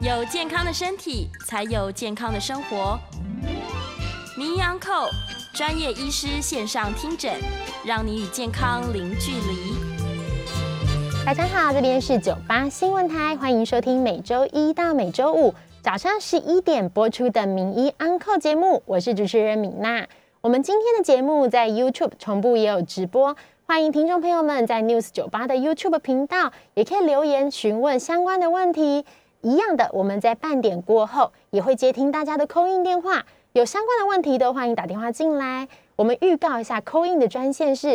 有健康的身体，才有健康的生活。名医安扣专业医师线上听诊，让你与健康零距离。 大家好，这边是98新闻台，欢迎收听每周一到每周五早上11点播出的名医安扣节目，我是主持人米娜。我们今天的节目在 YouTube 同步也有直播，欢迎听众朋友们在 News 98的 YouTube 频道也可以留言询问相关的问题。一样的，我们在半点过后也会接听大家的 call in 电话，有相关的问题都欢迎打电话进来。我们预告一下 call in 的专线是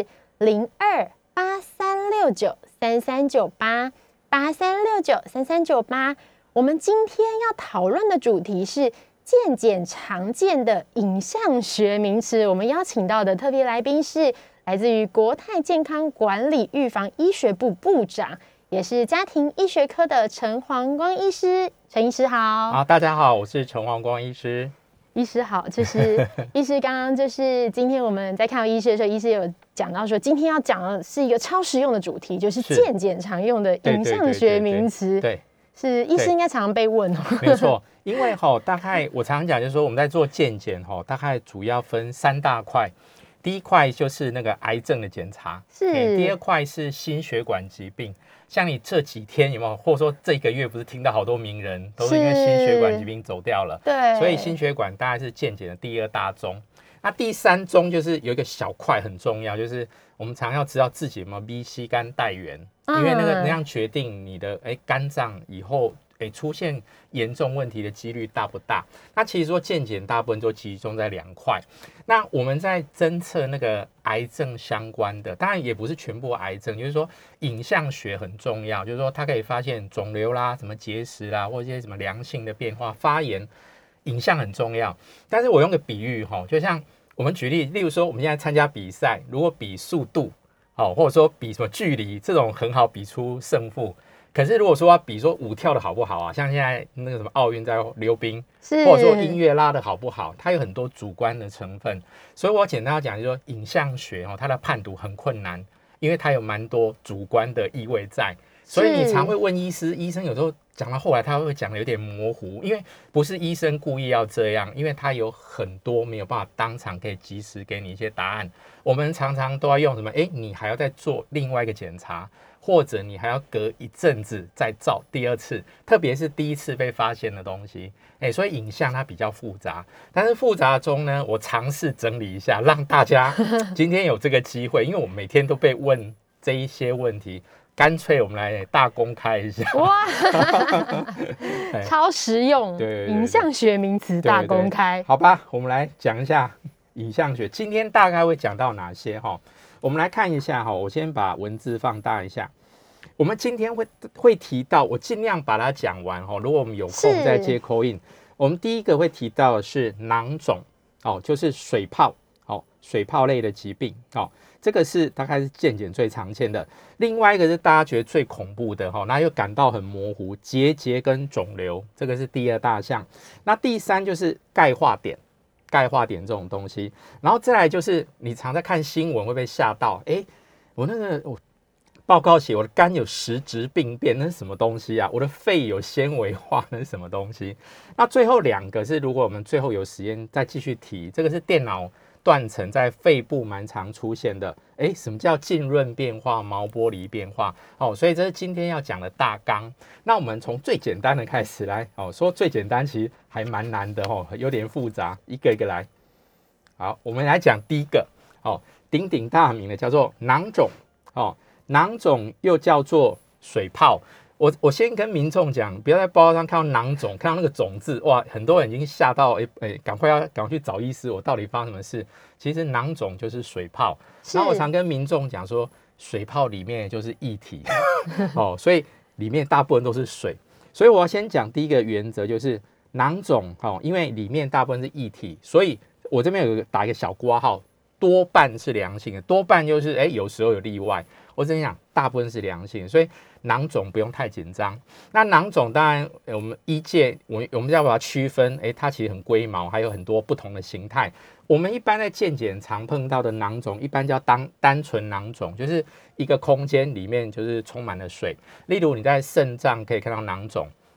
028369339883693398。我们今天要讨论的主题是健检常见的影像学名词。我们邀请到的特别来宾是来自于国泰健康管理预防医学部部长，也是家庭医学科的陈黄光医师。陈医师好。 好，大家好，我是陈黄光医师。 医师好，就是医师刚刚就是今天我们在看到医师的时候，医师有讲到说，今天要讲的是一个超实用的主题，就是健检常用的影像学名词。 对， 是医师应该常常被问哦。 没错，因为大概我常常讲，就是说我们在做健检大概主要分3大块。第一块就是那个癌症的检查， 是。 第二块是心血管疾病，像你这几天有没有，或者说这个月不是听到好多名人都是因为心血管疾病走掉了？ 对， 所以心血管大概是健检的第2大宗。那第3宗就是有一个小块很重要，就是我们常要知道自己有没有 B、C 肝带源，因为那样决定你的肝脏以后出现严重问题的几率大不大。那其实说健检大部分都集中在2块。那我们在侦测那个癌症相关的，当然也不是全部癌症，就是说影像学很重要，就是说它可以发现肿瘤啦、什么结石啦，或者一些什么良性的变化、发炎，影像很重要。但是我用个比喻就像我们举例如说我们现在参加比赛，如果比速度或者说比什么距离，这种很好比出胜负。可是如果说要比说舞跳的好不好啊，像现在那个什么奥运在溜冰，或者说音乐拉的好不好，它有很多主观的成分。所以我简单要讲，就是说影像学它的判读很困难，因为它有蛮多主观的意味在。所以你常会问医师，医生有时候讲到后来他会讲的有点模糊，因为不是医生故意要这样，因为他有很多没有办法当场可以及时给你一些答案。我们常常都要用什么？你还要再做另外一个检查，或者你还要隔一阵子再照第2次，特别是第1次被发现的东西。所以影像它比较复杂，但是复杂中呢，我尝试整理一下，让大家今天有这个机会，因为我每天都被问这一些问题。干脆我们来大公开一下， 哇，超实用，对，影像学名词大公开。 好吧，我们来讲一下影像学，今天大概会讲到哪些我们来看一下我先把文字放大一下。我们今天会提到，我尽量把它讲完如果我们有空再接 call in。我们第一个会提到的是囊肿就是水泡水泡类的疾病这个是大概是健检最常见的。另外一个是大家觉得最恐怖的那又感到很模糊，结节跟肿瘤，这个是第2大项。那第3就是钙化点这种东西。然后再来就是你常在看新闻会被吓到，我报告写我的肝有实质病变，那是什么东西啊？我的肺有纤维化，那是什么东西？那最后2个是，如果我们最后有时间再继续提，这个是电脑断层在肺部蛮常出现的。什么叫浸润变化、毛玻璃变化？所以这是今天要讲的大纲。那我们从最简单的开始来说最简单其实还蛮难的有点复杂，一个一个来。好，我们来讲第一个鼎鼎大名的叫做囊肿囊肿又叫做水泡。我先跟民众讲，不要在报告上看到囊肿，看到那个肿字，哇，很多人已经吓到，赶快去找医师，我到底发生什么事？其实囊肿就是水泡。然后我常跟民众讲说，水泡里面就是液体所以里面大部分都是水。所以我要先讲第一个原则，就是囊肿因为里面大部分是液体，所以我这边打一个小括号，多半是良性的，多半就是有时候有例外。我只能讲大部分是良性的，所以囊肿不用太紧张。那囊肿当然我们医界我们要把它区分，它其实很龟毛，还有很多不同的形态。我们一般在健检常碰到的囊肿，一般叫单纯囊肿，就是一个空间里面就是充满了水。例如你在肾脏可以看到囊肿，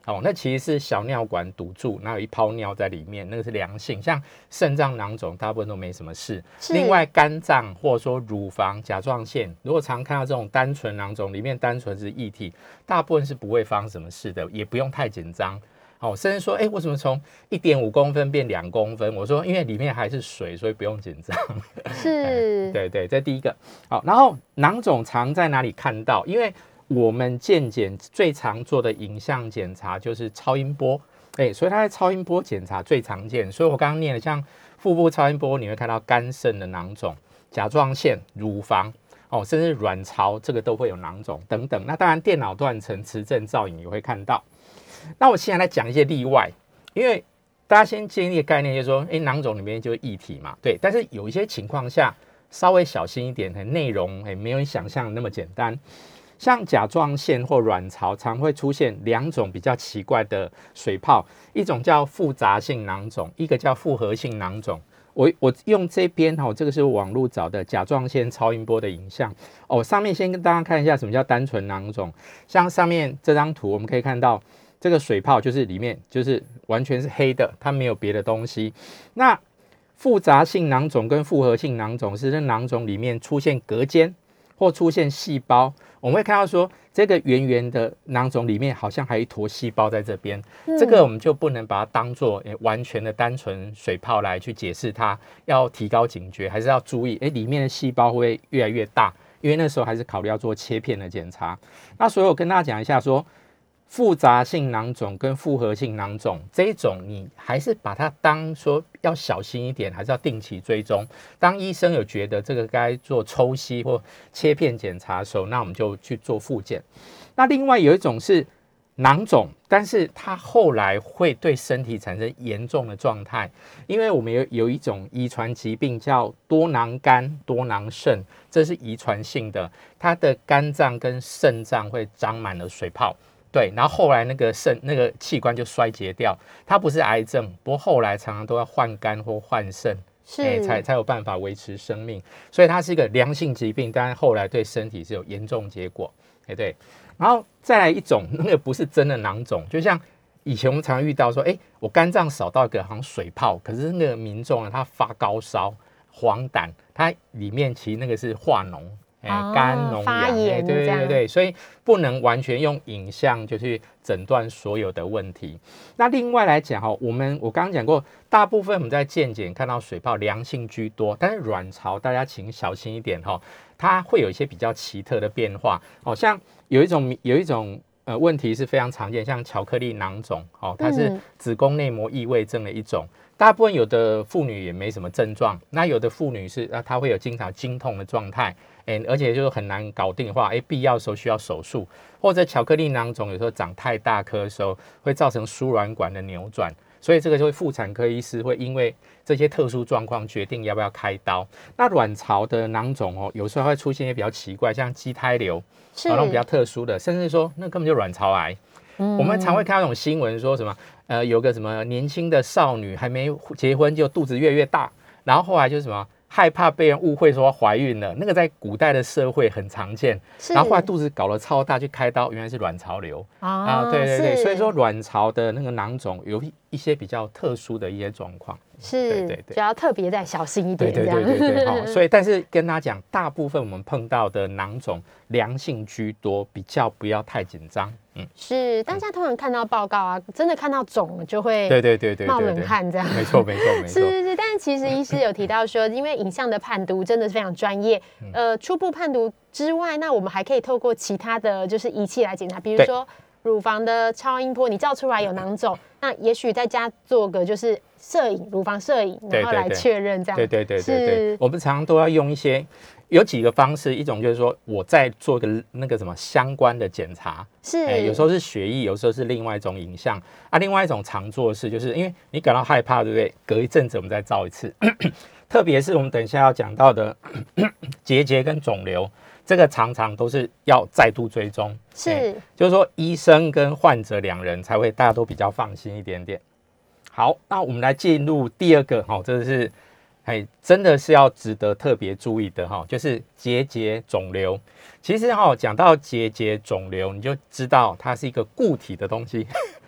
好，那其实是小尿管堵住，然后有一泡尿在里面，那个是良性。像肾脏囊肿大部分都没什么事。另外肝脏或者说乳房、甲状腺，如果常看到这种单纯囊肿，里面单纯是液体，大部分是不会发生什么事的，也不用太紧张。好，甚至说，为什么从1.5公分变2公分？我说，因为里面还是水，所以不用紧张。 是， 对对，这第一个。好，然后囊肿常在哪里看到？因为我们健检最常做的影像检查就是超音波，所以它在超音波检查最常见。所以我刚刚念的，像腹部超音波，你会看到肝肾的囊肿、甲状腺、乳房，甚至卵巢，这个都会有囊肿等等。那当然，电脑断层、磁振造影也会看到。那我现在来讲一些例外，因为大家先建立的概念就是说，囊肿里面就是液体嘛，对。但是有一些情况下稍微小心一点，内容没有你想象那么简单。像甲状腺或卵巢常会出现2种比较奇怪的水泡，一种叫复杂性囊肿，一个叫复合性囊肿。我用这边这个是网络找的甲状腺超音波的影像上面先跟大家看一下什么叫单纯囊肿。像上面这张图我们可以看到，这个水泡就是里面就是完全是黑的，它没有别的东西。那复杂性囊肿跟复合性囊肿是这囊肿里面出现隔间或出现细胞，我们会看到说这个圆圆的囊肿里面好像还有一坨细胞在这边，这个我们就不能把它当作完全的单纯水泡来去解释它，要提高警觉，还是要注意里面的细胞会不会越来越大，因为那时候还是考虑要做切片的检查。那所以我跟大家讲一下说，复杂性囊肿跟复合性囊肿这一种，你还是把它当说要小心一点，还是要定期追踪。当医生有觉得这个该做抽吸或切片检查的时候，那我们就去做复检。那另外有一种是囊肿，但是它后来会对身体产生严重的状态，因为我们有一种遗传疾病叫多囊肝、多囊肾，这是遗传性的，它的肝脏跟肾脏会长满了水泡。对，然后后来那个肾那个器官就衰竭掉，它不是癌症，不过后来常常都要换肝或换肾，才有办法维持生命，所以它是一个良性疾病，但是后来对身体是有严重结果，对。然后再来一种，那个不是真的囊肿，就像以前我们常常遇到说，我肝脏扫到一个好像水泡，可是那个民众呢，他发高烧、黄疸，它里面其实那个是化脓。肝脓疡，对，所以不能完全用影像就去诊断所有的问题。那另外来讲我刚刚讲过，大部分我们在健检看到水泡良性居多，但是卵巢大家请小心一点它会有一些比较奇特的变化像有一种问题是非常常见，像巧克力囊肿它是子宫内膜异位症的一种。大部分有的妇女也没什么症状，那有的妇女是她会有经常经痛的状态，而且就是很难搞定的话，必要的时候需要手术，或者巧克力囊肿有时候长太大颗的时候会造成输卵管的扭转，所以这个就会妇产科医师会因为这些特殊状况决定要不要开刀。那卵巢的囊肿有时候会出现一些比较奇怪，像畸胎瘤，那种比较特殊的，甚至说那根本就卵巢癌。我们常会看到那种新闻说什么有个什么年轻的少女还没结婚就肚子越来越大，然后后来就是什么害怕被人误会说怀孕了，那个在古代的社会很常见，然后后来肚子搞得超大去开刀，原来是卵巢瘤对，所以说卵巢的那个囊肿有一些比较特殊的一些状况， 对，就要特别再小心一点， 对，所以但是跟大家讲，大部分我们碰到的囊肿良性居多，比较不要太紧张。 是，大家通常看到报告真的看到肿了就会冒冷汗这样， 没错， 是，但是其实医师有提到说，因为影像的判读真的是非常专业，初步判读之外，那我们还可以透过其他的就是仪器来检查，比如说乳房的超音波，你照出来有囊肿，那也许在家做个就是摄影，乳房摄影，然后来确认这样， 对，我们常常都要用一些。有几个方式，一种就是说我在做个那个什么相关的检查，有时候是血液，有时候是另外一种影像另外一种常做的事就是因为你感到害怕，对不对？隔一阵子我们再照一次，特别是我们等一下要讲到的结节跟肿瘤，这个常常都是要再度追踪，就是说医生跟患者两人才会大家都比较放心一点点。好，那我们来进入第二个这是真的是要值得特别注意的就是结节肿瘤。其实讲到结节肿瘤，你就知道它是一个固体的东西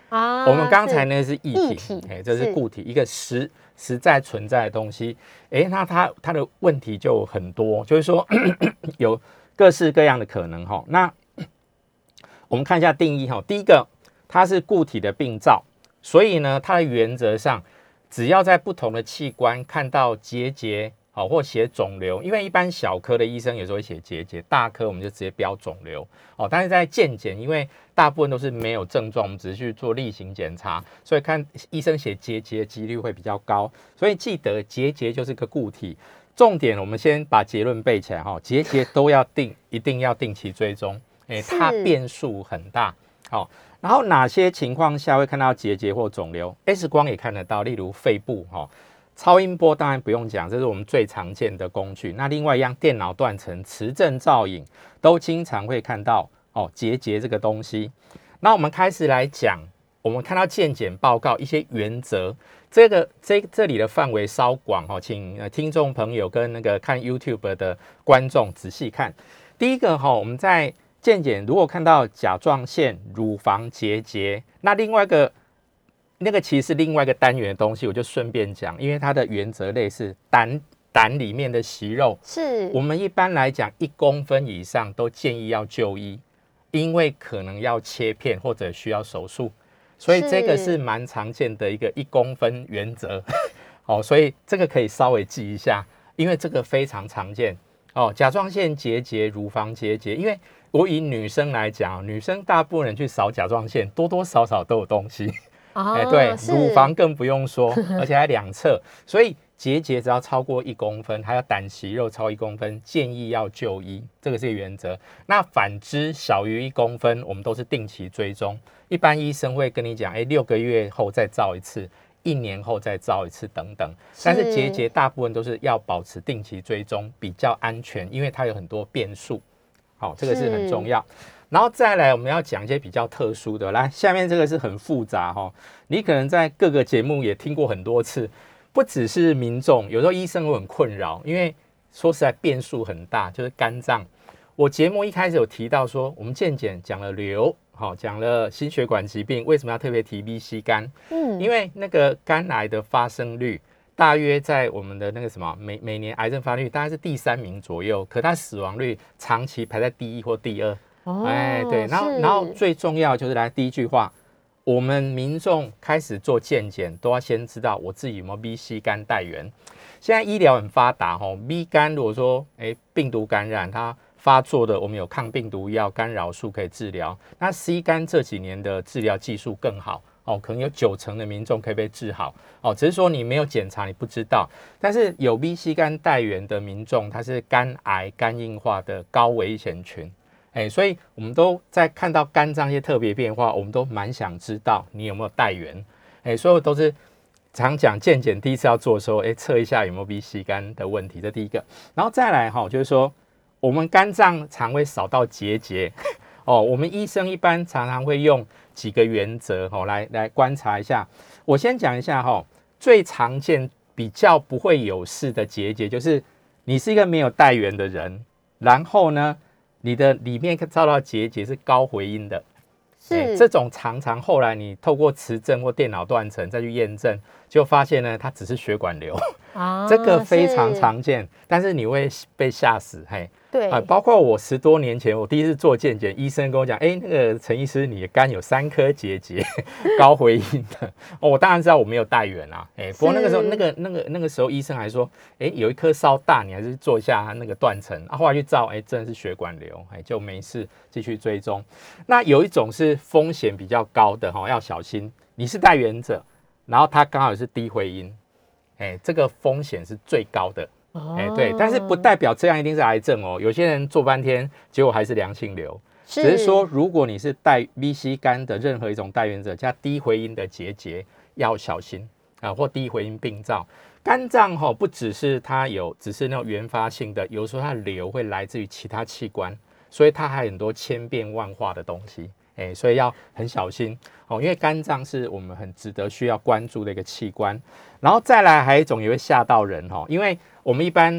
啊， 我们刚才呢是液液体， 体这是固体，一个实在存在的东西。那它的问题就很多，就是说有各式各样的可能哈。那我们看一下定义哈，第一个，它是固体的病灶，所以呢，它的原则上，只要在不同的器官看到结节，或写肿瘤，因为一般小科的医生有时候会写结节，大科我们就直接标肿瘤但是在健检，因为大部分都是没有症状，我们只是去做例行检查，所以看医生写结节的几率会比较高。所以记得结节就是个固体。重点，我们先把结论背起来哈，结节都要一定要定期追踪，它变数很大。好，然后哪些情况下会看到结节或肿瘤 ？X 光也看得到，例如肺部超音波当然不用讲，这是我们最常见的工具。那另外一样，电脑断层、磁振造影都经常会看到结节这个东西。那我们开始来讲，我们看到健检报告一些原则，这里的范围稍广请听众朋友跟那个看 YouTube 的观众仔细看。第一个我们在健检如果看到甲状腺、乳房结节，那另外一个那个其实是另外一个单元的东西，我就顺便讲，因为它的原则类似胆里面的息肉， 是我们一般来讲1公分以上都建议要就医，因为可能要切片或者需要手术，所以这个是蛮常见的一个1公分原则所以这个可以稍微记一下，因为这个非常常见甲状腺结节、乳房结节，因为我以女生来讲，女生大部分人去扫甲状腺，多多少少都有东西对，乳房更不用说，而且还2侧，所以结节只要超过1公分，还有胆息肉超1公分，建议要就医，这个是原则。那反之小于1公分，我们都是定期追踪，一般医生会跟你讲，6个月后再照一次，1年后再照一次等等。但是结节大部分都是要保持定期追踪，比较安全，因为它有很多变数。好，这个是很重要。然后再来，我们要讲一些比较特殊的。来，下面这个是很复杂你可能在各个节目也听过很多次，不只是民众，有时候医生会很困扰，因为说实在变数很大，就是肝脏。我节目一开始有提到说，我们健检讲了瘤，讲了心血管疾病，为什么要特别提 B、C 肝？因为那个肝癌的发生率大约在我们的那个什么每年癌症发生率大概是第3名左右，可它死亡率长期排在第1或第2。对，然后最重要就是来第一句话，我们民众开始做健检都要先知道我自己有没有 B、C 肝带源。现在医疗很发达B 肝如果说病毒感染它发作的，我们有抗病毒药、干扰素可以治疗。那 C 肝这几年的治疗技术更好可能有90%的民众可以被治好只是说你没有检查你不知道。但是有 B、C 肝带源的民众，他是肝癌、肝硬化的高危险群。所以我们都在看到肝脏一些特别变化，我们都蛮想知道你有没有带源。所以我都是常讲健检第一次要做的时候，测一下有没有 B、C 肝的问题，这第一个。然后再来就是说，我们肝脏常会扫到结节我们医生一般常常会用几个原则来观察一下。我先讲一下最常见比较不会有事的结节，就是你是一个没有带源的人，然后呢你的里面照到结节是高回音的，这种常常后来你透过磁振或电脑断层再去验证，就发现呢它只是血管瘤这个非常常见，但是你会被吓死。 对包括我10多年前我第一次做健检，医生跟我讲那个陈医师你的肝有3颗结节高回音的我当然知道我没有带源不过那个时候那个时候医生还说有一颗稍大，你还是做一下那个断层后来去照真的是血管瘤就没事，继续追踪。那有一种是风险比较高的要小心，你是带源者，然后它刚好是低回音这个风险是最高的对，但是不代表这样一定是癌症有些人做半天结果还是良性瘤，只是说如果你是带 B、C 肝的任何一种带源者加低回音的结节要小心或低回音病灶。肝脏不只是它只是那种原发性的，有时候它的瘤会来自于其他器官，所以它还有很多千变万化的东西所以要很小心因为肝脏是我们很值得需要关注的一个器官。然后再来还有一种也会吓到人因为我们一般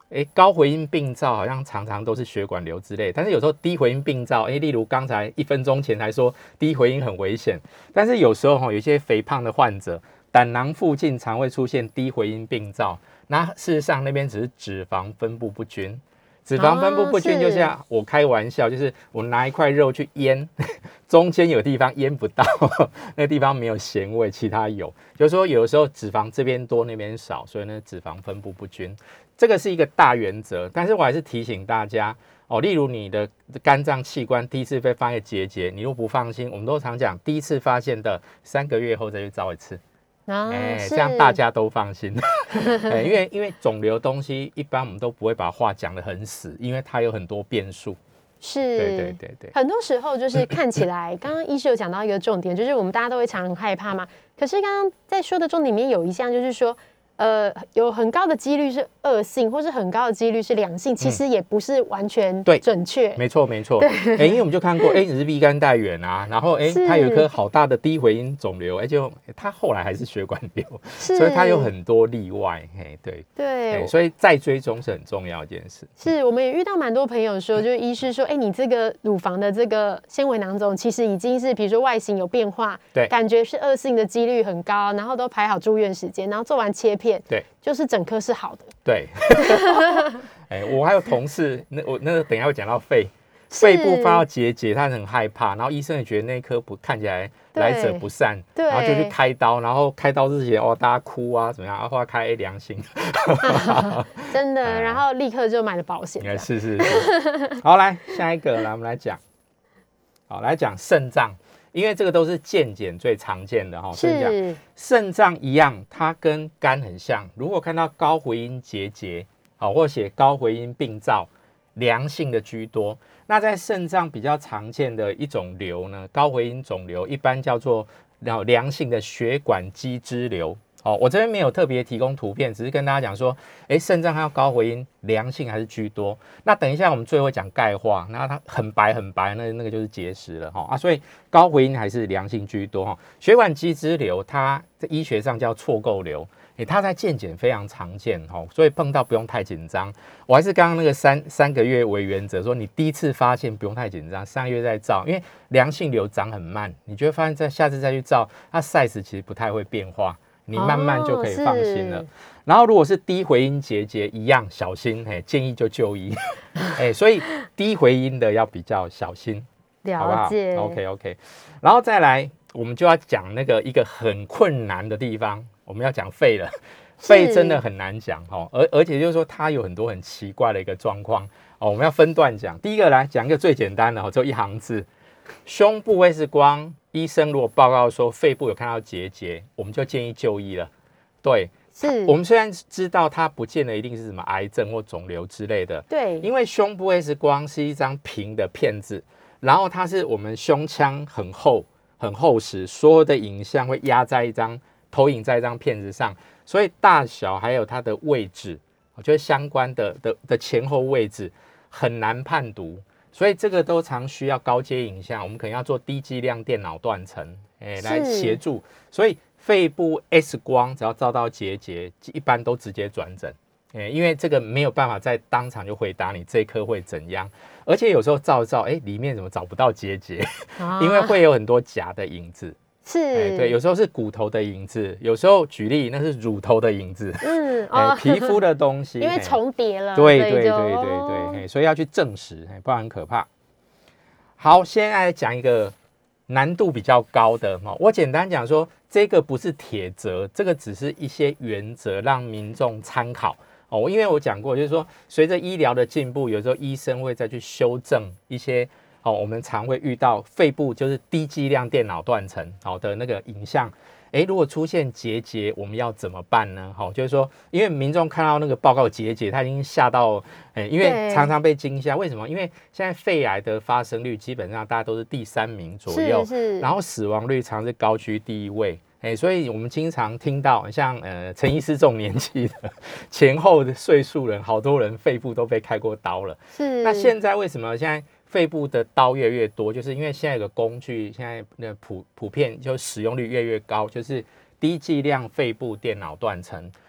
高回音病灶好像常常都是血管瘤之类，但是有时候低回音病灶，例如刚才1分钟前才说低回音很危险，但是有时候有一些肥胖的患者，胆囊附近常会出现低回音病灶，那事实上那边只是脂肪分布不均。脂肪分布不均，就像我开玩笑，就是我拿一块肉去腌，中间有地方腌不到，那个地方没有咸味，其他有。就是说，有的时候脂肪这边多那边少，所以呢脂肪分布不均，这个是一个大原则。但是我还是提醒大家例如你的肝脏器官第一次被发现结节，你如果不放心，我们都常讲，第一次发现的3个月后再去照一次。这样大家都放心。因为肿瘤东西一般我们都不会把话讲得很死，因为它有很多变数。 是， 对， 很多时候就是看起来，刚刚医师有讲到一个重点，就是我们大家都会常很害怕嘛。可是刚刚在说的重点里面有一项，就是说，有很高的几率是恶性，或是很高的几率是良性，其实也不是完全准确。 没错。因为我们就看过，你是 B 肝带源啊，然后它有一颗好大的低回音肿瘤，就它后来还是血管瘤，所以它有很多例外。对，所以再追踪是很重要的一件事。 是，我们也遇到蛮多朋友说，就是医师说，你这个乳房的这个纤维囊肿其实已经是，比如说外形有变化， 对， 感觉是恶性的几率很高，然后都排好住院时间，然后做完切片， 对， 就是整颗是好的。 对。我还有同事，那个等一下会讲到肺部发到结节，他很害怕，然后医生也觉得那一颗看起来来者不善，然后就去开刀，然后开刀之前大家哭啊怎么样，后来开良性。 真的，然后立刻就买了保险。 是。好，来下一个，来我们来讲，来讲肾脏。因为这个都是健检最常见的所以讲肾脏一样，它跟肝很像。如果看到高回音结节，或写高回音病灶，良性的居多。那在肾脏比较常见的一种瘤呢，高回音肿瘤一般叫做良性的血管肌脂瘤。我这边没有特别提供图片，只是跟大家讲说，肾脏它要高回音，良性还是居多。那等一下我们最后会讲钙化，那它很白，那个就是结石了所以高回音还是良性居多血管肌脂瘤，它在医学上叫错构瘤，它在健检非常常见所以碰到不用太紧张。我还是刚刚那个三个月为原则，说你第一次发现不用太紧张，3个月再照，因为良性瘤长很慢，你就会发现下次再去照，它 size 其实不太会变化。你慢慢就可以放心了。然后如果是低回音结节一样小心，建议就就医。所以低回音的要比较小心，好不好 ？OK。然后再来，我们就要讲那个一个很困难的地方，我们要讲肺了。肺真的很难讲而且就是说它有很多很奇怪的一个状况我们要分段讲。第一个来讲一个最简单的只有1行字，胸部 X 光。医生如果报告说肺部有看到结节，我们就建议就医了。对， 是我们虽然知道它不见得一定是什么癌症或肿瘤之类的， 对， 因为胸部 X 光是一张平的片子，然后它是我们胸腔很厚实，所有的影像会投影在一张片子上，所以大小还有它的位置，就是相关的前后位置很难判读。所以这个都常需要高阶影像，我们可能要做低剂量电脑断层，来协助。所以肺部 X 光只要照到结节，一般都直接转诊，因为这个没有办法在当场就回答你这一颗会怎样，而且有时候照一照，里面怎么找不到结节，因为会有很多假的影子。 是， 对，有时候是骨头的影子，有时候举例那是乳头的影子，皮肤的东西， 因为重叠了， 对，所以要去证实，不然很可怕。好，现在讲一个难度比较高的我简单讲说，这个不是铁则，这个只是一些原则让民众参考因为我讲过，就是说随着医疗的进步，有时候医生会再去修正一些我们常会遇到肺部就是低剂量电脑断层的那个影像，如果出现结节，我们要怎么办呢？就是说，因为民众看到那个报告结节，他已经吓到，因为常常被惊吓。为什么？因为现在肺癌的发生率基本上大家都是第3名左右，然后死亡率常是高居第1位。所以我们经常听到像陈医师这种年纪的前后的岁数人，好多人肺部都被开过刀了。是。那现在为什么现在肺部的刀越来越多？就是因为现在有个工具，现在普遍就使用率越来越高，就是低剂量肺部电脑断层。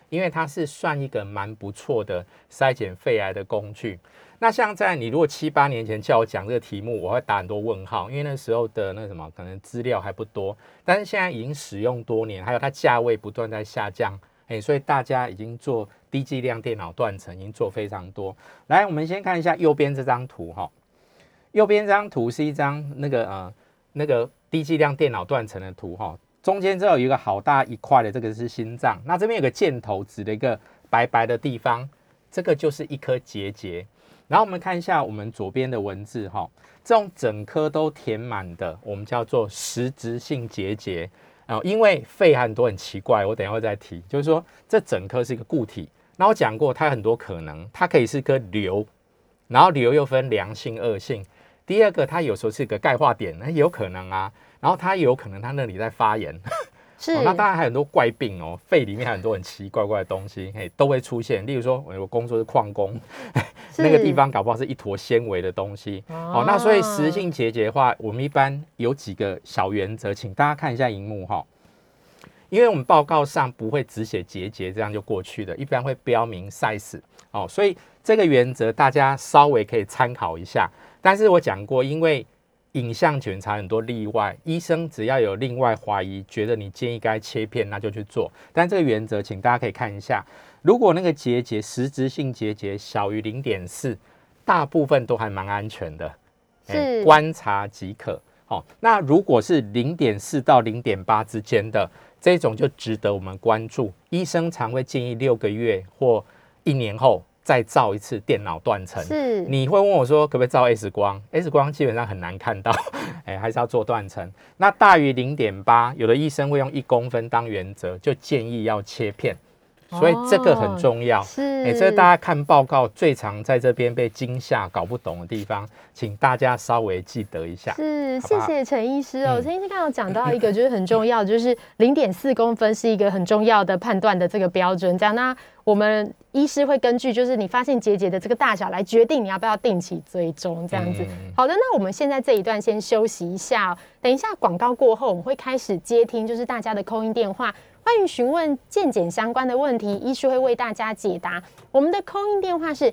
因为它是算一个蛮不错的筛检肺癌的工具。那像在你如果7、8年前叫我讲这个题目，我会打很多问号，因为那时候的那什么可能资料还不多，但是现在已经使用多年，还有它价位不断在下降，所以大家已经做低剂量电脑断层已经做非常多。来，我们先看一下右边这张图哈，右边这张图是一张那个低剂量电脑断层的图哈，中间这有一个好大一块的，这个是心脏，那这边有个箭头指的一个白白的地方，这个就是一颗结节。然后我们看一下我们左边的文字哈，这种整颗都填满的，我们叫做实质性结节。因为肺很多很奇怪，我等一下会再提，就是说这整颗是一个固体。那我讲过，它有很多可能，它可以是个瘤，然后瘤又分良性、恶性。第二个，它有时候是一个钙化点，那也有可能啊。然后它也有可能它那里在发炎。 是， 那当然还有很多怪病哦，肺里面还有很多很奇奇怪怪的东西，都会出现。例如说，我工作是矿工，那个地方搞不好是一坨纤维的东西。那所以实质性结节的话，我们一般有几个小原则，请大家看一下荧幕哈。因为我们报告上不会只写结节，这样就过去的，一般会标明 size。所以这个原则大家稍微可以参考一下。但是我讲过，因为影像检查很多例外，医生只要有另外怀疑，觉得你建议该切片，那就去做。但这个原则，请大家可以看一下，如果那个结节实质性结节小于 0.4， 大部分都还蛮安全的，观察即可。那如果是 0.4 到 0.8 之间的这种，就值得我们关注。医生常会建议6个月或1年后再照一次电脑断层。 是， 你会问我说可不可以照 X 光 ？X 光基本上很难看到，还是要做断层。那大于 0.8， 有的医生会用1公分当原则，就建议要切片。所以这个很重要。 是， 这大家看报告最常在这边被惊吓、搞不懂的地方，请大家稍微记得一下。 是，谢谢陈医师哦。陈医师刚刚讲到一个就是很重要，就是 0.4 公分是一个很重要的判断的这个标准。这样，那我们医师会根据就是你发现结节的这个大小来决定你要不要定期追踪这样子。好的，那我们现在这一段先休息一下，等一下广告过后，我们会开始接听就是大家的 call in 电话。欢迎询问健检相关的问题，医师会为大家解答。我们的 call in 电话是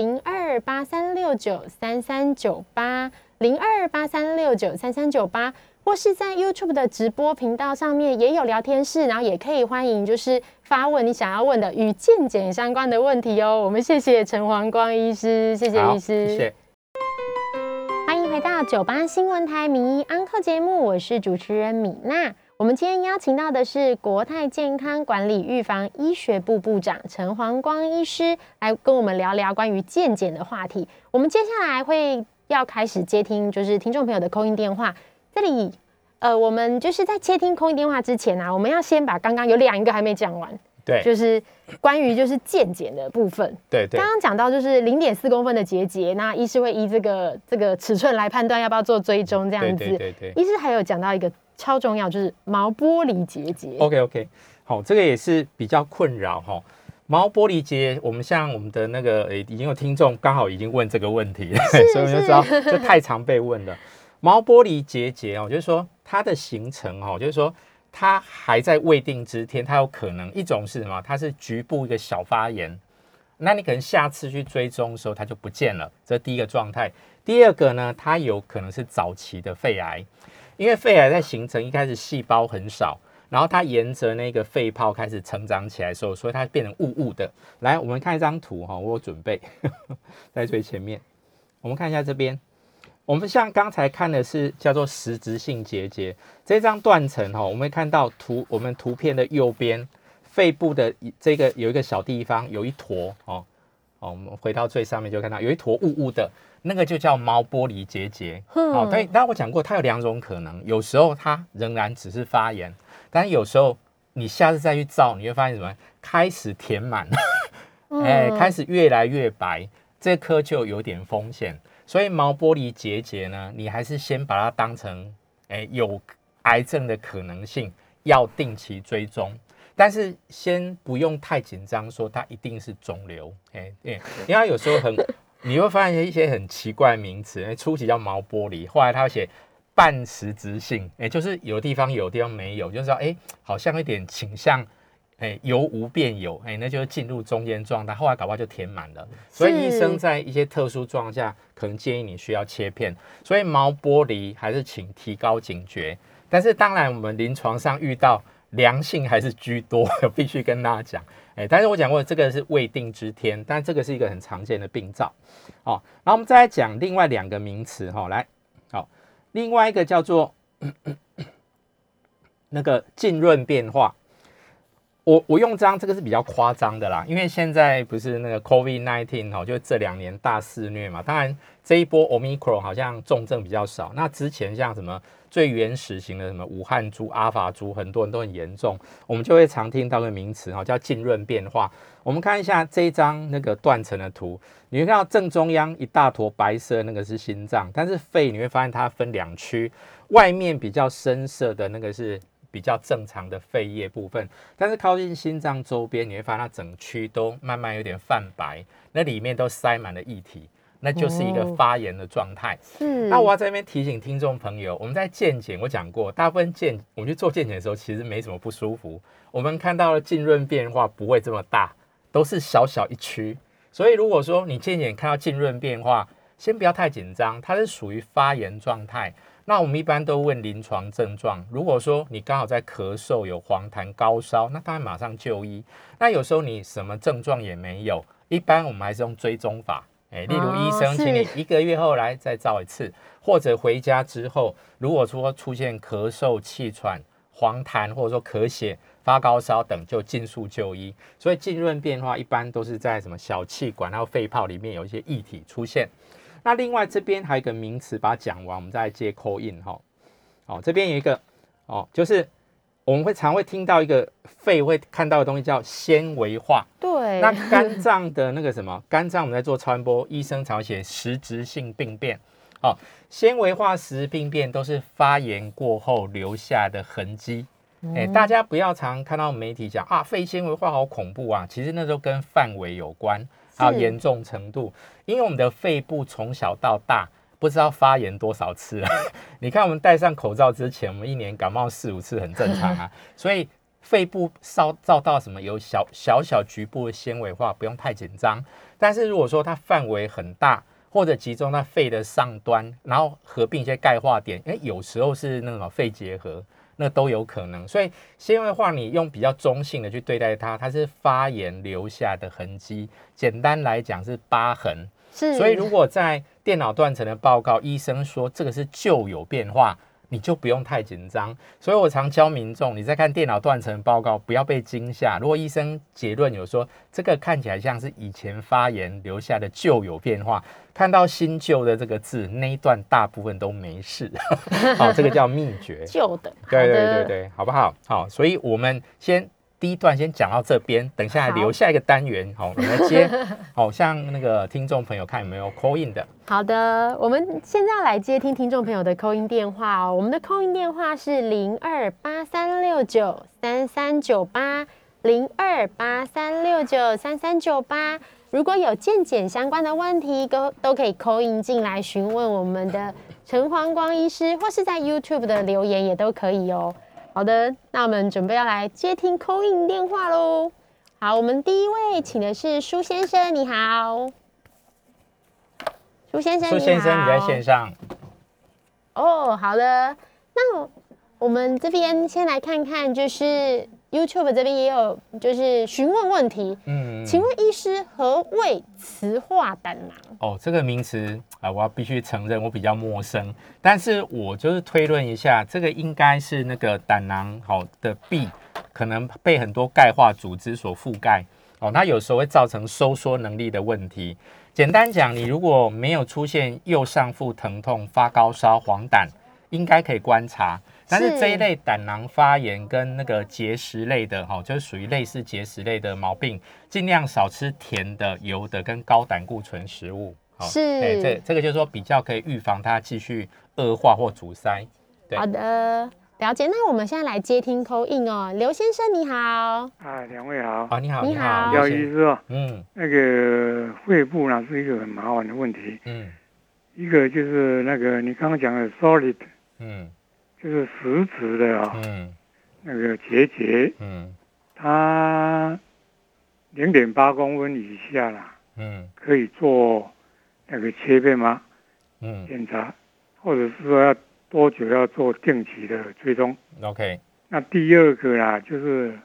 0283693398，0283693398，或是在 YouTube 的直播频道上面也有聊天室，然后也可以欢迎就是发问你想要问的与健检相关的问题哦。我们谢谢陈黄光医师，谢谢医师， 谢谢。 欢迎回到98新闻台名医安客节目，我是主持人米娜。我们今天邀请到的是国泰健康管理预防医学部部长陈黄光医师，来跟我们聊聊关于健检的话题。我们接下来会要开始接听就是听众朋友的 call in 电话。这里我们就是在接听 call in 电话之前啊，我们要先把刚刚有2个还没讲完， 对， 就是关于就是健检的部分。 对， 刚刚讲到就是0.4公分的结节，那医师会依这个尺寸来判断要不要做追踪这样子。对，医师还有讲到一个超重要，就是毛玻璃结节。 OK， 好，这个也是比较困扰哈。毛玻璃结，我们像我们的那个已经有听众刚好已经问这个问题了，所以我们就知道这太常被问了。毛玻璃结节就是说它的形成就是说它还在未定之天，它有可能一种是什么？它是局部一个小发炎，那你可能下次去追踪的时候它就不见了，这是第一个状态。第二个呢，它有可能是早期的肺癌。因为肺癌在形成一开始细胞很少，然后它沿着那个肺泡开始成长起来的时候，所以它变成雾雾的。来，我们看一张图我有准备在最前面，我们看一下这边。我们像刚才看的是叫做实质性结节，这张断层我们会看到我们图片的右边肺部的这个有一个小地方有一坨我们回到最上面就看到有一坨雾雾的，那个就叫毛玻璃结节。对，但我讲过，它有2种可能，有时候它仍然只是发炎，但有时候你下次再去照，你会发现什么？开始填满，开始越来越白，这颗就有点风险。所以毛玻璃结节呢，你还是先把它当成有癌症的可能性，要定期追踪。但是先不用太紧张，说它一定是肿瘤，因为有时候你会发现一些很奇怪的名词，初期叫毛玻璃，后来它会写半实质性，就是有地方有地方没有，就是说好像有点倾向由无变有，那就是进入中间状态，后来搞不好就填满了。所以医生在一些特殊状况下，可能建议你需要切片。所以毛剥离还是请提高警觉。但是当然，我们临床上遇到良性还是居多，必须跟大家讲。但是我讲过，这个是未定之天，但这个是一个很常见的病灶。然后我们再来讲另外2个名词，来，另外一个叫做那个浸润变化。我用这个是比较夸张的啦，因为现在不是那个 COVID-19 就这2年大肆虐嘛。当然这一波 Omicron 好像重症比较少，那之前像什么最原始型的什么武汉株、阿法株，很多人都很严重，我们就会常听到个名词叫浸润变化。我们看一下这一张那个断层的图，你会看到正中央一大坨白色那个是心脏，但是肺你会发现它分2区，外面比较深色的那个是比较正常的肺叶部分，但是靠近心脏周边，你会发现它整区都慢慢有点泛白，那里面都塞满了液体，那就是一个发炎的状态。那我要在这边提醒听众朋友，我们在健检我讲过，大部分我们去做健检的时候，其实没什么不舒服。我们看到的浸润变化不会这么大，都是小小一区。所以如果说你健检看到浸润变化，先不要太紧张，它是属于发炎状态。那我们一般都问临床症状，如果说你刚好在咳嗽、有黄痰、高烧，那当然马上就医。那有时候你什么症状也没有，一般我们还是用追踪法，例如医生请你1个月后来再照一次，或者回家之后，如果说出现咳嗽、气喘、黄痰，或者说咳血、发高烧等，就尽速就医。所以浸润变化一般都是在什么小气管然后肺泡里面有一些液体出现。那另外这边还有一个名词，把它讲完，我们再来接 call in 这边有一个就是我们常会听到一个肺会看到的东西叫纤维化。 对。 那肝脏的那个什么，肝脏我们在做超音波，医生常写实质性病变。纤维化实质病变都是发炎过后留下的痕迹。大家不要常看到媒体讲肺纤维化好恐怖啊，其实那都跟范围有关，还有严重程度。因为我们的肺部从小到大不知道发炎多少次了。你看我们戴上口罩之前，我们1年感冒4、5次很正常啊。所以肺部照到什么有小局部的纤维化，不用太紧张。但是如果说它范围很大，或者集中在肺的上端，然后合并一些钙化点，有时候是那种肺结核，那都有可能。所以纤维化你用比较中性的去对待它，它是发炎留下的痕迹，简单来讲是疤痕。所以如果在电脑断层的报告，医生说这个是旧有变化，你就不用太紧张。所以我常教民众，你在看电脑断层报告不要被惊吓，如果医生结论有说这个看起来像是以前发炎留下的旧有变化，看到新旧的这个字，那一段大部分都没事。这个叫秘诀。 旧的。 对，好不好？所以我们第一段先讲到这边，等下来留下一个单元，我们来接像那个听众朋友看有没有 call in 的。 好的，我们现在要来接听众朋友的 call in 电话我们的 call in 电话是0283693398 0283693398。如果有健检相关的问题，都可以 call in 进来询问我们的陈黄光医师，或是在 YouTube 的留言也都可以哦。好的，那我们准备要来接听 call in 电话咯。好，我们第一位请的是舒先生，你好。舒先生你在线上。 好的，那我们这边先来看看，就是 YouTube 这边也有就是询问问题。请问医师，何谓磁化胆囊？ 这个名词我必须承认我比较陌生，但是我就是推论一下，这个应该是那个胆囊的壁可能被很多钙化组织所覆盖它有时候会造成收缩能力的问题。简单讲，你如果没有出现右上腹疼痛、发高烧、黄疸，应该可以观察。但是这一类胆囊发炎跟那个结石类的就是属于类似结石类的毛病，尽量少吃甜的、油的跟高胆固醇食物。这个就是说比较可以预防它继续恶化或阻塞。 好的，了解。那我们现在来接听 call in 刘先生你好。 两位好。 你好。 廖医师那个肺部呢是一个很麻烦的问题。一个就是那个你刚刚讲的 solid，就是实质的那个结节，它它0.8公分以下啦，可以做那个切片吗？检查，或者是说要多久要做定期的追踪 ？OK。 那第二个啦，就是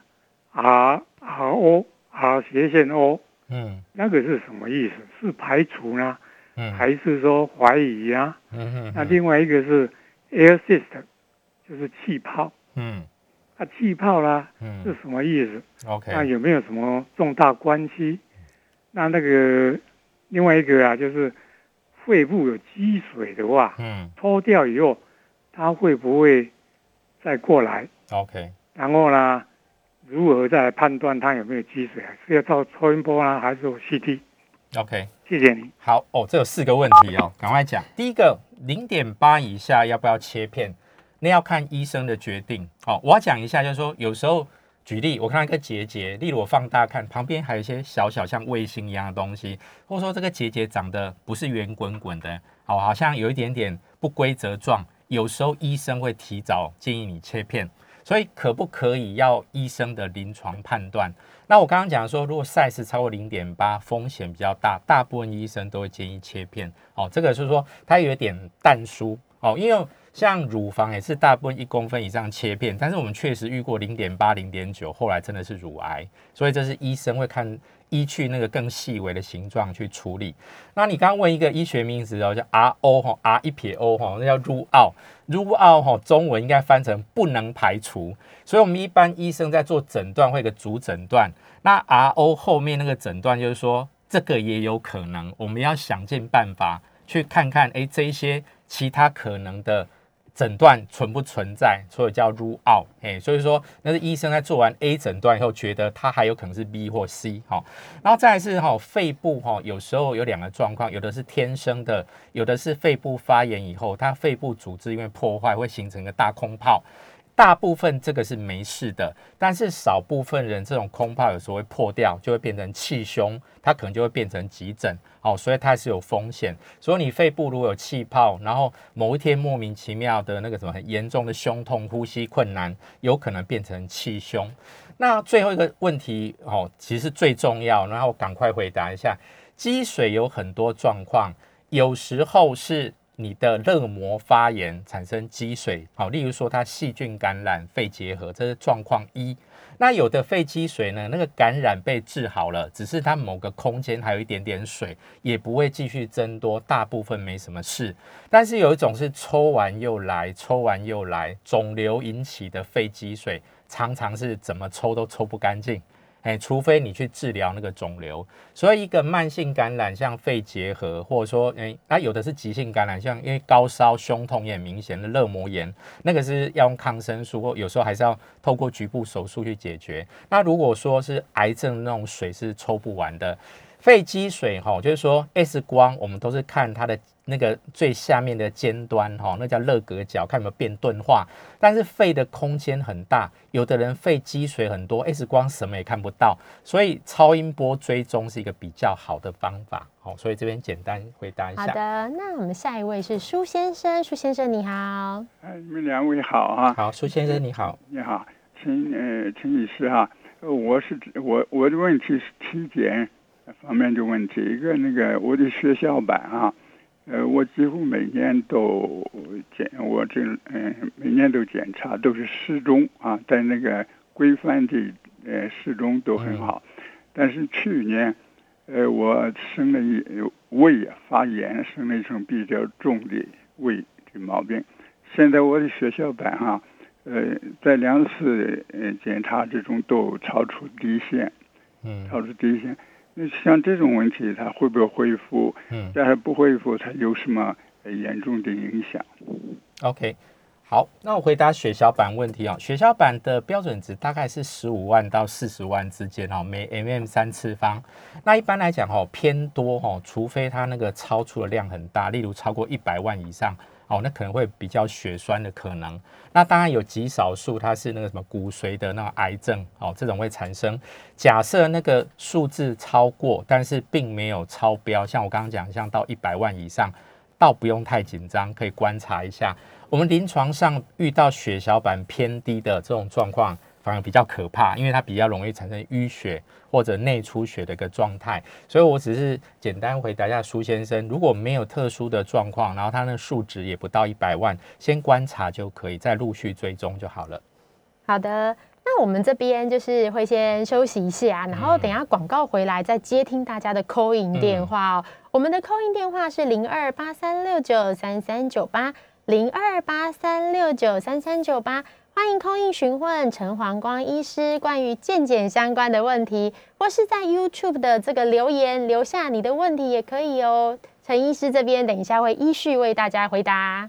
R斜线 O，那个是什么意思？是排除呢，还是说怀疑啊？那另外一个是 Air Cyst， 就是气泡，气泡啦，是什么意思 ？OK。 那有没有什么重大关系？那个另外一个啊，就是肺部有积水的话，脱掉以后，它会不会再过来 ？OK。 然后呢，如何再来判断它有没有积水啊？是要照超音波啊，还是CT？OK， 谢谢你。 好哦，这有4个问题哦，赶快讲。第一个，0.8以下要不要切片？那要看医生的决定。哦，我要讲一下，就是说有时候举例，我看到一个结节，例如我放大看，旁边还有一些小小像卫星一样的东西，或者说这个结节长得不是圆滚滚的，好像有一点点不规则状，有时候医生会提早建议你切片。所以可不可以要医生的临床判断？那我刚刚讲说，如果 size 超过 0.8， 风险比较大，大部分医生都会建议切片。这个是说它有点但书因为像乳房也是大部分1公分以上切片，但是我们确实遇过 0.8、0.9， 后来真的是乳癌，所以这是医生会依据那个更细微的形状去处理。那你刚刚问一个医学名词叫 RO R 一撇 O 那叫 rule out。rule out 中文应该翻成不能排除，所以我们一般医生在做诊断会有个主诊断，那 RO 后面那个诊断就是说这个也有可能，我们要想尽办法去看看这一些其他可能的诊断存不存在，所以叫 rule out。所以说那是医生在做完 A 诊断以后，觉得它还有可能是 B 或 C。然后再来是肺部有时候有2个状况，有的是天生的，有的是肺部发炎以后，它肺部组织因为破坏会形成一个大空泡。大部分这个是没事的，但是少部分人这种空泡有时候会破掉，就会变成气胸，它可能就会变成急诊，所以它是有风险。所以你肺部如果有气泡，然后某一天莫名其妙的那个什么很严重的胸痛、呼吸困难，有可能变成气胸。那最后一个问题其实是最重要，然后我赶快回答一下。积水有很多状况，有时候是你的热膜发炎产生积水，例如说它细菌感染、肺结核，这是状况1。那有的肺积水呢，那个感染被治好了，只是它某个空间还有一点点水，也不会继续增多，大部分没什么事。但是有一种是抽完又来，抽完又来，肿瘤引起的肺积水，常常是怎么抽都抽不干净。除非你去治疗那个肿瘤。所以一个慢性感染像肺结核，或者说有的是急性感染，像因为高烧、胸痛也很明显的热膜炎，那个是要用抗生素，或有时候还是要透过局部手术去解决。那如果说是癌症那种水是抽不完的，肺积水就是说 X 光我们都是看它的那个最下面的尖端那叫肋隔角，看有没有变钝化。但是肺的空间很大，有的人肺积水很多， X 光什么也看不到，所以超音波追踪是一个比较好的方法。所以这边简单回答一下。 好的，那我们下一位是苏先生。苏先生你好。 你们2位好啊。 好，苏先生你好。 你好，陈医师哈，我的问题是体检方面的问题。一个我的血小板啊，我几乎每年都检查都是适中啊，在那个规范的适中都很好。但是去年我生了胃发炎，生了一种比较重的胃的毛病。现在我的血小板哈，在2次检查之中都超出底线，超出底线。那像这种问题，它会不会恢复？要是不恢复，它有什么严重的影响 ？OK， 好，那我回答血小板问题血小板的标准值大概是15万到40万之间每 mm 3次方。那一般来讲偏多除非它那个超出的量很大，例如超过100万以上。那可能会比较血栓的可能。那当然有极少数它是那个什么骨髓的那种癌症这种会产生。假设那个数字超过，但是并没有超标，像我刚刚讲，像到100万以上，倒不用太紧张，可以观察一下。我们临床上遇到血小板偏低的这种状况， 反而比较可怕，因为它比较容易产生淤血或者内出血的一个状态。所以我只是简单回答一下苏先生，如果没有特殊的状况，然后他的数值也不到100万，先观察就可以，再陆续追踪就好了。 好的，那我们这边就是会先休息一下，然后等一下广告回来再接听大家的 call in 电话哦。我们的 call in 电话是0283693398，0283693398，欢迎 call in 询问陈黄光医师关于健检相关的问题，或是在 YouTube 的这个留言留下你的问题也可以哦。陈医师这边等一下会依序为大家回答。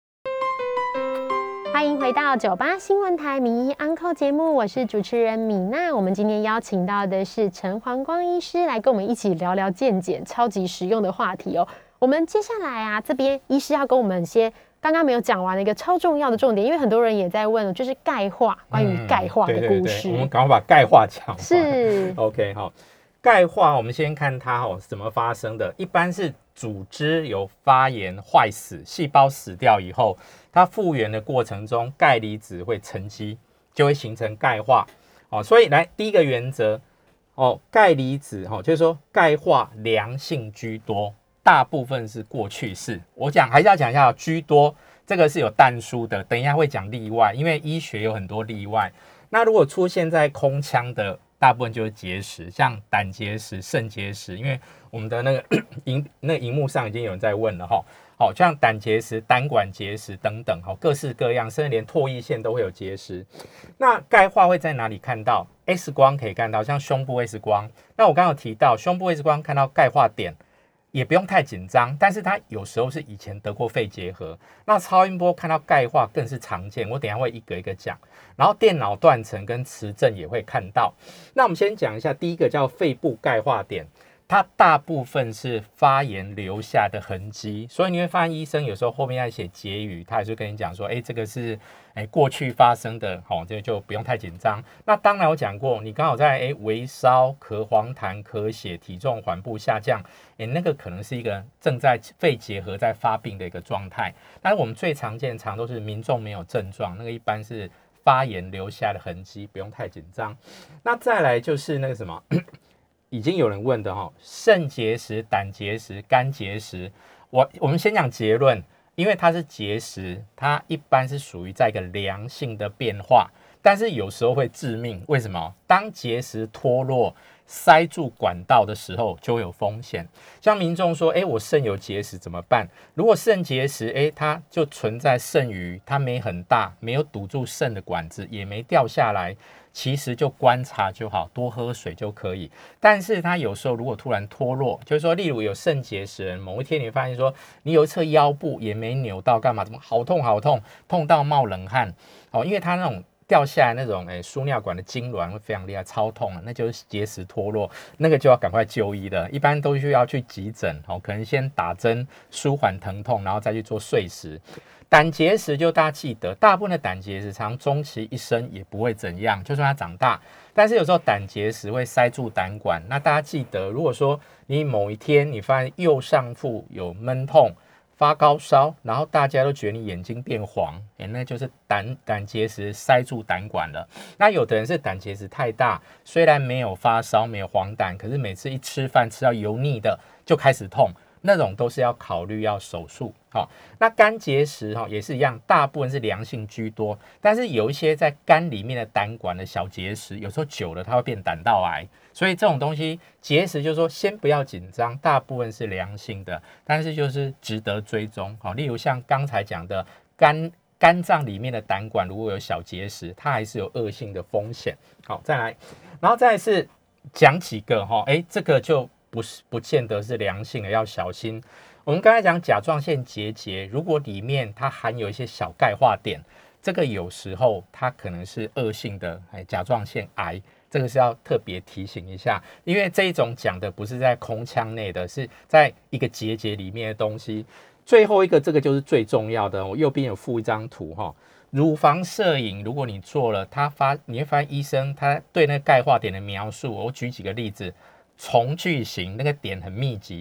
欢迎回到98新闻台名医安扣节目，我是主持人米娜。我们今天邀请到的是陈黄光医师来跟我们一起聊聊健检超级实用的话题哦。我们接下来啊，这边医师要跟我们些刚刚没有讲完的一个超重要的重点，因为很多人也在问，就是钙化，关于钙化的故事。 我们赶快把钙化讲完。 是 OK 好，钙化我们先看它怎么发生的，一般是组织有发炎坏死，细胞死掉以后，它复原的过程中，钙离子会沉积，就会形成钙化。所以来第一个原则，钙离子就是说钙化良性居多，大部分是过去式。我还是要讲一下居多，这个是有但书的，等一下会讲例外，因为医学有很多例外。那如果出现在空腔的，大部分就是结石，像胆结石、肾结石，因为我们的那个荧幕上已经有人在问了像胆结石、胆管结石等等各式各样，甚至连唾液腺都会有结石。那钙化会在哪里看到？ X 光可以看到，像胸部 X 光。那我刚刚有提到胸部 X 光看到钙化点，也不用太紧张，但是它有时候是以前得过肺结核。那超音波看到钙化更是常见，我等一下会一个一个讲。然后电脑断层跟磁振也会看到。那我们先讲一下，第一个叫肺部钙化点，它大部分是发炎留下的痕迹，所以你会发现医生有时候后面要写结语，他也是跟你讲说，这个是过去发生的，这就不用太紧张。那当然我讲过，你刚好在微烧、咳黄痰、咳血、体重缓步下降，那个可能是一个正在肺结核在发病的一个状态。但是我们最常见常都是民众没有症状，那个一般是发炎留下的痕迹，不用太紧张。那再来就是那个什么已经有人问的肾结石、胆结石、肝结石，我们先讲结论，因为它是结石，它一般是属于在一个良性的变化，但是有时候会致命。为什么？当结石脱落塞住管道的时候就会有风险。像民众说我肾有结石怎么办？如果肾结石它就存在肾盂，它没很大，没有堵住肾的管子，也没掉下来，其实就观察就好，多喝水就可以。但是它有时候如果突然脱落，就是说例如有肾结石人，某一天你发现说你有一侧腰部也没扭到，干嘛怎么好痛好痛，痛到冒冷汗因为它那种掉下来那种输尿管的痉挛会非常厉害，超痛那就是结石脱落，那个就要赶快就医的，一般都需要去急诊可能先打针舒缓疼痛，然后再去做碎石。胆结石就大家记得，大部分的胆结石常终其一生也不会怎样，就算它长大，但是有时候胆结石会塞住胆管。那大家记得，如果说你某一天你发现右上腹有闷痛、发高烧，然后大家都觉得你眼睛变黄，那就是胆结石塞住胆管了。那有的人是胆结石太大，虽然没有发烧、没有黄疸，可是每次一吃饭吃到油腻的就开始痛，那种都是要考虑要手术。那肝结石也是一样，大部分是良性居多，但是有一些在肝里面的胆管的小结石，有时候久了它会变胆道癌，所以这种东西结石就是说先不要紧张，大部分是良性的，但是就是值得追踪。例如像刚才讲的肝脏里面的胆管如果有小结石，它还是有恶性的风险。再来，然后再来是讲几个这个就不见得是良性的，要小心。我们刚才讲甲状腺结节，如果里面它含有一些小钙化点，这个有时候它可能是恶性的甲状腺癌，这个是要特别提醒一下，因为这一种讲的不是在空腔内的，是在一个结节里面的东西。最后一个这个就是最重要的，我右边有附一张图乳房摄影，如果你做了，你会发现医生他对那个钙化点的描述，我举几个例子，虫矩形那个点很密集，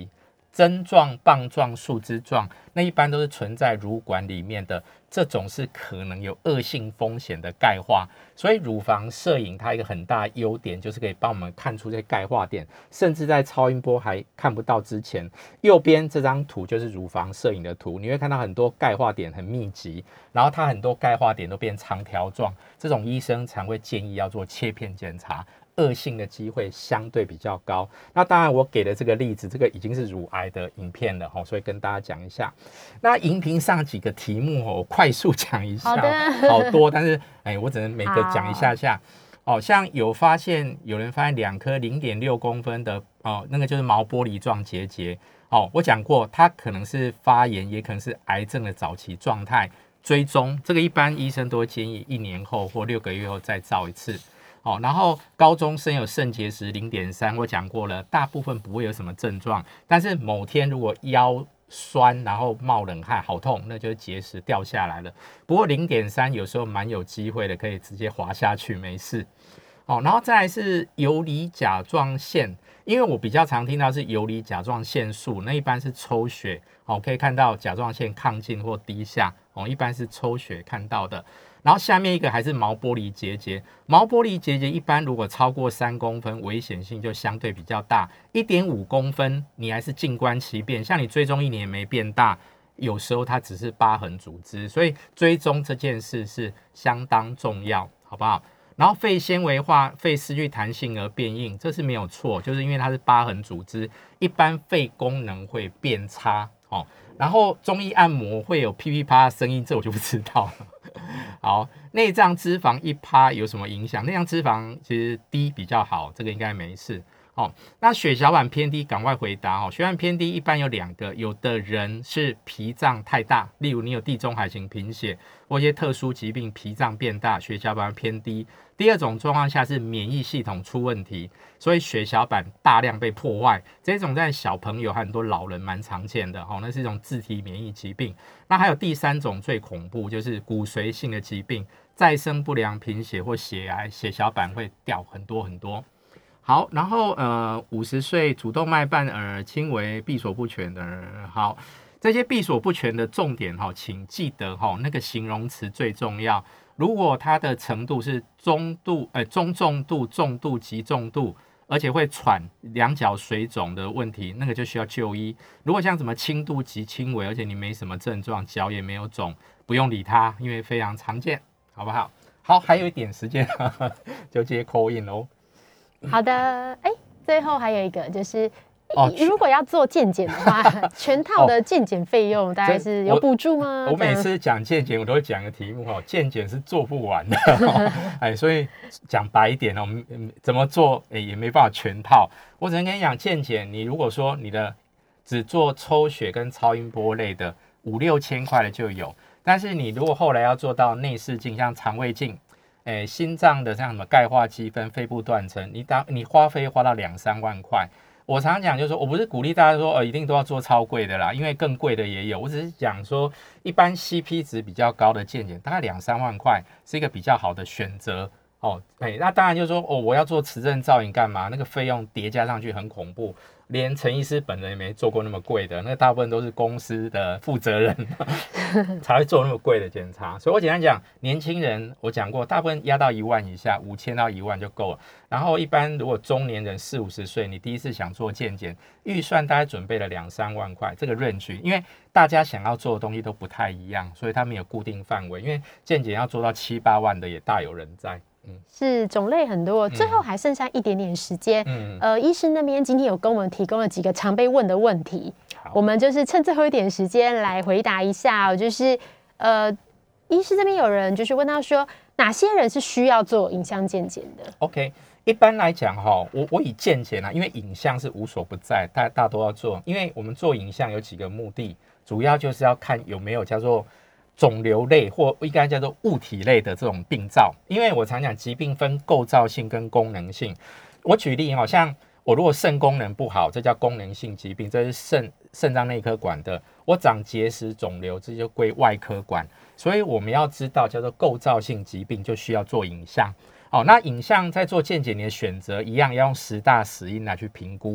针状、棒状、树枝状，那一般都是存在乳管里面的，这种是可能有恶性风险的钙化。所以乳房摄影它一个很大的优点就是可以帮我们看出这些钙化点，甚至在超音波还看不到之前，右边这张图就是乳房摄影的图，你会看到很多钙化点很密集，然后它很多钙化点都变长条状，这种医生常会建议要做切片检查。恶性的机会相对比较高。那当然我给的这个例子，这个已经是乳癌的影片了，所以跟大家讲一下。那荧屏上几个题目我快速讲一下，好多，但是我只能每个讲一下下。像有人发现2颗0.6公分的那个就是毛玻璃状结节。我讲过它可能是发炎，也可能是癌症的早期状态。追踪这个一般医生都会建议1年后或6个月后再照一次。然后高中生有肾结石 0.3， 我讲过了，大部分不会有什么症状，但是某天如果腰酸然后冒冷汗好痛，那就是结石掉下来了。不过 0.3 有时候蛮有机会的，可以直接滑下去没事。然后再来是游离甲状腺，因为我比较常听到是游离甲状腺素，那一般是抽血，可以看到甲状腺亢进或低下，一般是抽血看到的。然后下面一个还是毛玻璃结节，毛玻璃结节一般如果超过3公分，危险性就相对比较大。1.5公分你还是静观其变，像你追踪1年没变大，有时候它只是疤痕组织，所以追踪这件事是相当重要，好不好？然后肺纤维化，肺失去弹性而变硬，这是没有错，就是因为它是疤痕组织，一般肺功能会变差。然后中医按摩会有噼噼啪的声音，这我就不知道了。好，内脏脂肪1%有什么影响？内脏脂肪其实低比较好，这个应该没事。那血小板偏低，赶快回答。血小板偏低一般有2个，有的人是脾脏太大，例如你有地中海型贫血或一些特殊疾病，脾脏变大，血小板偏低。第二种状况下是免疫系统出问题，所以血小板大量被破坏，这种在小朋友和很多老人蛮常见的，那是一种自体免疫疾病。那还有第3种最恐怖，就是骨髓性的疾病，再生不良贫血或血癌，血小板会掉很多很多。好，然后50岁主动脉瓣轻微闭锁不全的，好，这些闭锁不全的重点请记得那个形容词最重要。如果它的程度是中重度、重度、极重度，而且会喘、2脚水肿的问题，那个就需要就医。如果像什么轻度及轻微，而且你没什么症状，脚也没有肿，不用理它，因为非常常见，好不好？好，还有一点时间，就接 call in 哦。 好的，最后还有一个就是，如果要做健检的话，全套的健检费用大概是有补助吗？ 我每次讲健检，我都会讲一个题目健检是做不完的，所以讲白一点怎么做也没办法全套。我只能跟你讲，健检你如果说你的只做抽血跟超音波类的5-6千块的就有，但是你如果后来要做到内视镜，像肠胃镜。心脏的像什么钙化积分、肺部断层，你花费花到2-3万块。我常讲就是说，我不是鼓励大家说一定都要做超贵的啦，因为更贵的也有。我只是讲说，一般 CP 值比较高的健检，大概2-3万块是一个比较好的选择。那当然就是说我要做磁振造影干嘛？那个费用叠加上去很恐怖。连陈医师本人也没做过那么贵的，那大部分都是公司的负责人才会做那么贵的检查。所以我简单讲，年轻人我讲过，大部分压到1万以下，5000到1万就够了。然后一般如果中年人40-50岁，你第一次想做健检，预算大概准备了2-3万块这个 range， 因为大家想要做的东西都不太一样，所以他们有固定范围。因为健检要做到7-8万的也大有人在。 是种类很多，最后还剩下一点点时间。医师那边今天有跟我们提供了几个常被问的问题，我们就是趁最后一点时间来回答一下。就是医师这边有人就是问到说，哪些人是需要做影像健检的 ？OK， 一般来讲我以健检因为影像是无所不在，大家都要做。因为我们做影像有几个目的，主要就是要看有没有叫做肿瘤类或应该叫做物体类的这种病灶。因为我常讲疾病分构造性跟功能性。我举例像我如果肾功能不好，这叫功能性疾病，这是肾脏内科管的。我长结石肿瘤，这就归外科管。所以我们要知道叫做构造性疾病就需要做影像。那影像在做健检你的选择一样要用10大死因来去评估。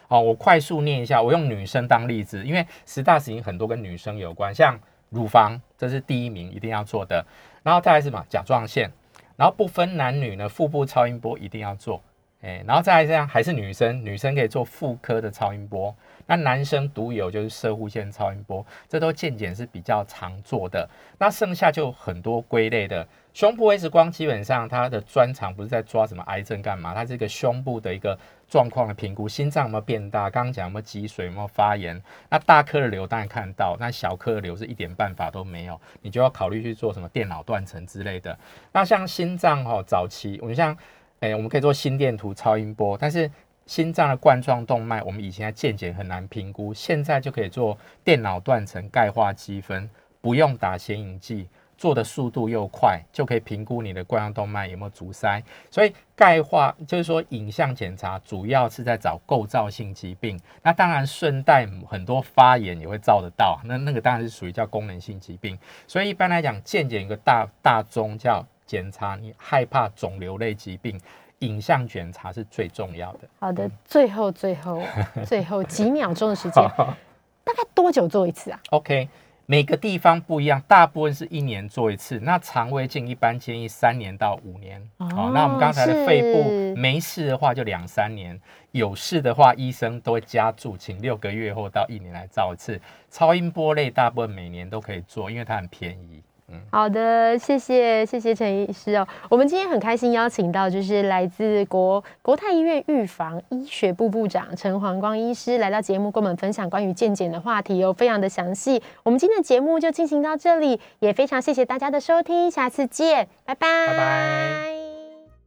我快速念一下，我用女生当例子，因为10大死因很多跟女生有关，像乳房，这是第1名一定要做的，然后再来是什么甲状腺，然后不分男女呢，腹部超音波一定要做，然后再来这样还是女生可以做妇科的超音波，那男生独有就是攝護腺超音波，这都健检是比较常做的。那剩下就很多归类的，胸部 X 光基本上它的专长不是在抓什么癌症干嘛，它是一个胸部的一个状况的评估，心脏有没有变大，刚刚讲有没有积水，有没有发炎。那大颗的瘤当然看到，那小颗的瘤是一点办法都没有，你就要考虑去做什么电脑断层之类的。那像心脏早期我们像我们可以做心电图超音波，但是心脏的冠状动脉我们以前在健检很难评估，现在就可以做电脑断层钙化积分，不用打显影剂，做的速度又快，就可以评估你的冠状动脉有没有阻塞。所以钙化就是说影像检查主要是在找构造性疾病，那当然顺带很多发炎也会照得到，那个当然是属于叫功能性疾病。所以一般来讲健检有个大宗叫检查你害怕肿瘤类疾病，影像检查是最重要的。 好的，最后几秒钟的时间，大概多久做一次啊 ？OK， 每个地方不一样，大部分是1年做一次。那肠胃镜一般建议3年到5年。那我们刚才的肺部没事的话就2、3年，有事的话医生都会加注，请6个月或到1年来照一次。超音波类大部分每年都可以做，因为它很便宜。 好的，谢谢陈医师哦。我们今天很开心邀请到就是来自国泰医院预防医学部部长陈煌光医师来到节目，跟我们分享关于健检的话题哦，非常的详细。我们今天的节目就进行到这里，也非常谢谢大家的收听，下次见，拜拜。